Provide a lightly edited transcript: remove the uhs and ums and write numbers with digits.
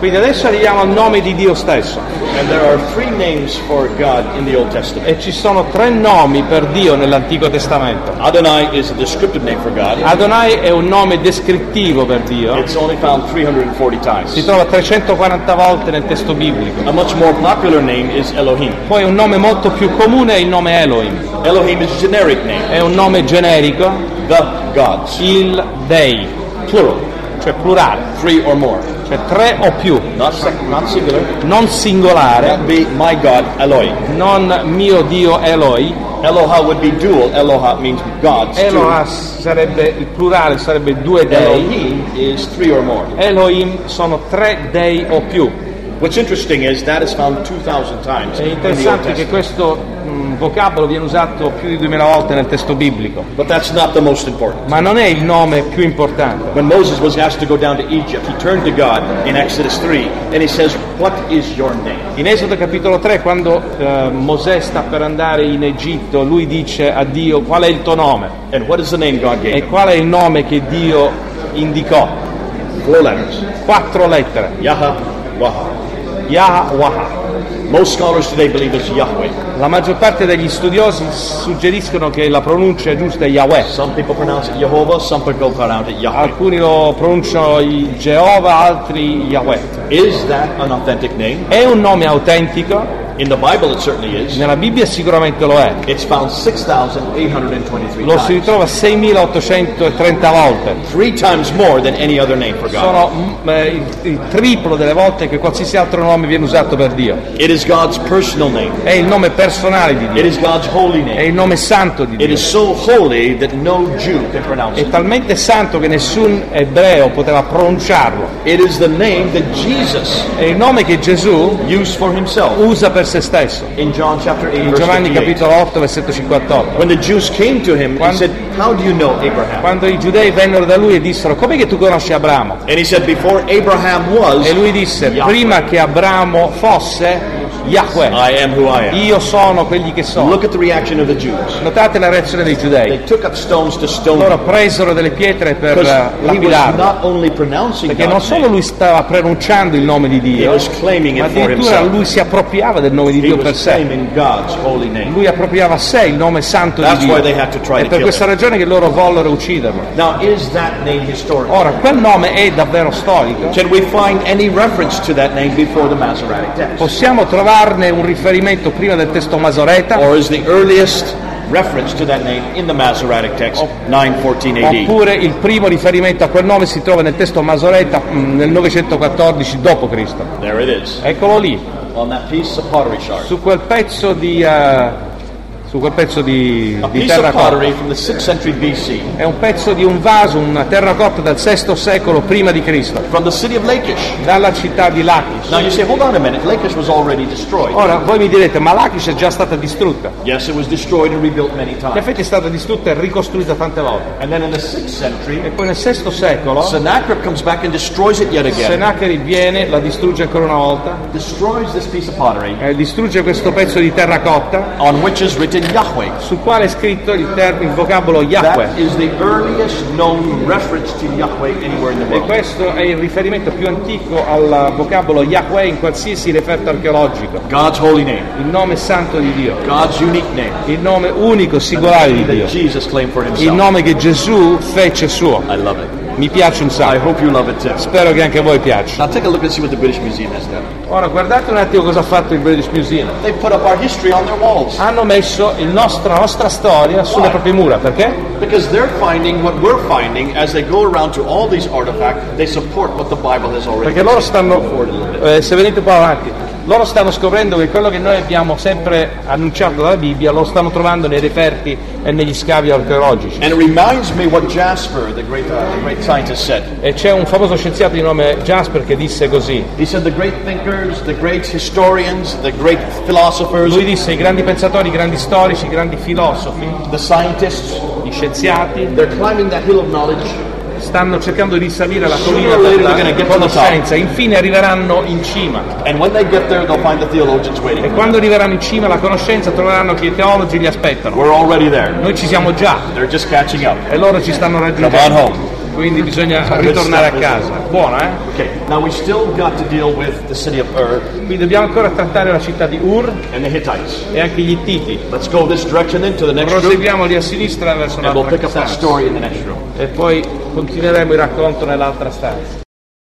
Quindi adesso arriviamo al nome di Dio stesso. And there are 3 names for God in the Old Testament. E ci sono 3 nomi per Dio nell'Antico Testamento. Adonai is a descriptive name for God. Adonai è un nome descrittivo per Dio. It's only found 340 times. Si trova 340 volte nel testo biblico. A much more popular name is Elohim. Poi un nome molto più comune è il nome Elohim. Elohim is a generic name. È un nome generico, The gods. il Dei, Plural. cioè plurale, 3 or more. cioè 3 o più, Not singular. non singolare, That would be my God, Eloi. non mio Dio Eloi. Eloha would be dual. Eloha means gods. Eloha sarebbe il plurale, sarebbe 2 dei. Elohim is 3 or more. Elohim sono 3 dei o più. What's interesting is that is found 2,000 times È in the Old interessante che Testament. questo vocabolo viene usato più di 2000 volte nel testo biblico, But that's not the most important. ma non è il nome più importante. When Moses was asked to go down to Egypt, he turned to God in Exodus 3 and he says, "What is your name?" In Esodo capitolo 3, quando Mosè sta per andare in Egitto, lui dice a Dio: qual è il tuo nome? And what is the name God gave E him? qual è il nome che Dio indicò? 4 letters. 4 lettere. Yahweh. Yahweh. Most scholars today believe it's Yahweh. La maggior parte degli studiosi suggeriscono che la pronuncia giusta è Yahweh. Some people pronounce it Jehovah, some people pronounce it Yahweh. Alcuni lo pronunciano Geova, altri Yahweh. Is that an authentic name? È un nome autentico? In the Bible it certainly is. Nella Bibbia sicuramente lo è. It's found 6,823 Lo si times. ritrova 6.830 volte. 3 times more than any other name for God. Sono il triplo delle volte che qualsiasi altro nome viene usato per Dio. It is God's personal name. È il nome personale di It Dio. is God's holy È name. il nome santo di It Dio. is so holy that no Jew can pronounce È it. talmente santo che nessun ebreo poteva pronunciarlo. It is the name that Jesus È il nome che Gesù used for himself usa per se stesso. in John chapter 8 In verse Giovanni 58. capitolo 8 versetto 58. When the Jews came to him and Quando- said, "How do you know Abraham?" Quando i giudei vennero da lui e dissero: com'è che tu conosci Abramo? And he said, "Before Abraham was, E lui disse: Yahweh. prima che Abramo fosse, Yahweh, I am who I am." io sono quelli che sono. Look at the reaction of the Jews. Notate la reazione dei They giudei. took up stones to stone Loro him presero delle pietre per because he was lapidarlo, not only pronouncing perché non God's solo name, lui stava pronunciando il nome di he Dio, was claiming ma it for addirittura himself. lui si appropriava del nome di He Dio per was sé. claiming God's holy name. Lui appropriava a sé il nome santo di That's Dio. why they had to try È to per kill questa him. ragione che loro vollero ucciderlo. Now, is that name historical? Ora, quel nome è davvero storico? Can we find any reference to that name before the Masoretic text? Possiamo trovarne un riferimento prima del testo Masoreta? Or is the earliest reference to that name in the Masoretic text 914 AD? Oppure il primo riferimento a quel nome si trova nel testo Masoreta nel 914 d.C. There it is, Eccolo lì, on that piece of pottery shard. su quel pezzo di A piece of terracotta. pottery from the 6th century BC, È un pezzo di un vaso, una terracotta del VI secolo prima di Cristo, from the city of Lachish. dalla città di Lachish. Now you say, hold on a minute, Lachish was already destroyed. Ora voi mi direte, ma Lachish è già stata distrutta. Yes, it was destroyed and rebuilt many In times. effetti è stata distrutta e ricostruita tante volte. And then in the 6th century, E poi nel VI secolo Sennacherib comes back and destroys it yet again. Sennacherib viene, la distrugge ancora una volta, Destroys this piece of pottery distrugge questo pezzo di terracotta on which is written Yahweh. sul quale è scritto il vocabolo Yahweh. That is the earliest known reference to Yahweh anywhere in the E world. questo è il riferimento più antico al vocabolo Yahweh in qualsiasi referto archeologico. God's holy name, Il nome santo di Dio, God's unique name, il nome unico, singolare di Dio, that Jesus claimed for il himself. nome che Gesù fece suo. I love it. Mi piace un I sacco, hope you love it too. spero che anche a voi piaccia. Now take a look and see what the British Museum has done. Ora guardate un attimo cosa ha fatto il British Museum. They put up our history on their walls Hanno messo la nostra storia sulle proprie mura, perché? because they're finding what we're finding as they go around to all these artifacts. They support what the Bible has already Perché loro stanno, forward a little bit. se venite un po' avanti, loro stanno scoprendo che quello che noi abbiamo sempre annunciato dalla Bibbia lo stanno trovando nei reperti e negli scavi archeologici. And it reminds me what Jasper, the great scientist, said. E c'è un famoso scienziato di nome Jasper che disse così. He said the great thinkers, the great historians, the great philosophers, Lui disse: i grandi pensatori, i grandi storici, i grandi filosofi, the scientists, gli scienziati they're climbing that hill of knowledge. stanno cercando di risalire la collina Sooner or later they're della gonna get to the conoscenza, infine arriveranno in cima. And when they get there, they'll find the theologians waiting. E quando arriveranno in cima alla conoscenza troveranno che i teologi li aspettano. We're already there. Noi ci siamo già They're just catching up. e loro ci stanno Come on raggiungendo. home. quindi bisogna ritornare a casa. Buona, eh? Okay, now we still got to deal with the city of Ur Qui dobbiamo ancora trattare la città di Ur and the Hittites. e anche gli Ittiti. Let's go this direction then to the next group, Proseguiamo lì a sinistra verso and we'll l'altra pick up that stanza story in the next room. e poi continueremo il racconto nell'altra stanza.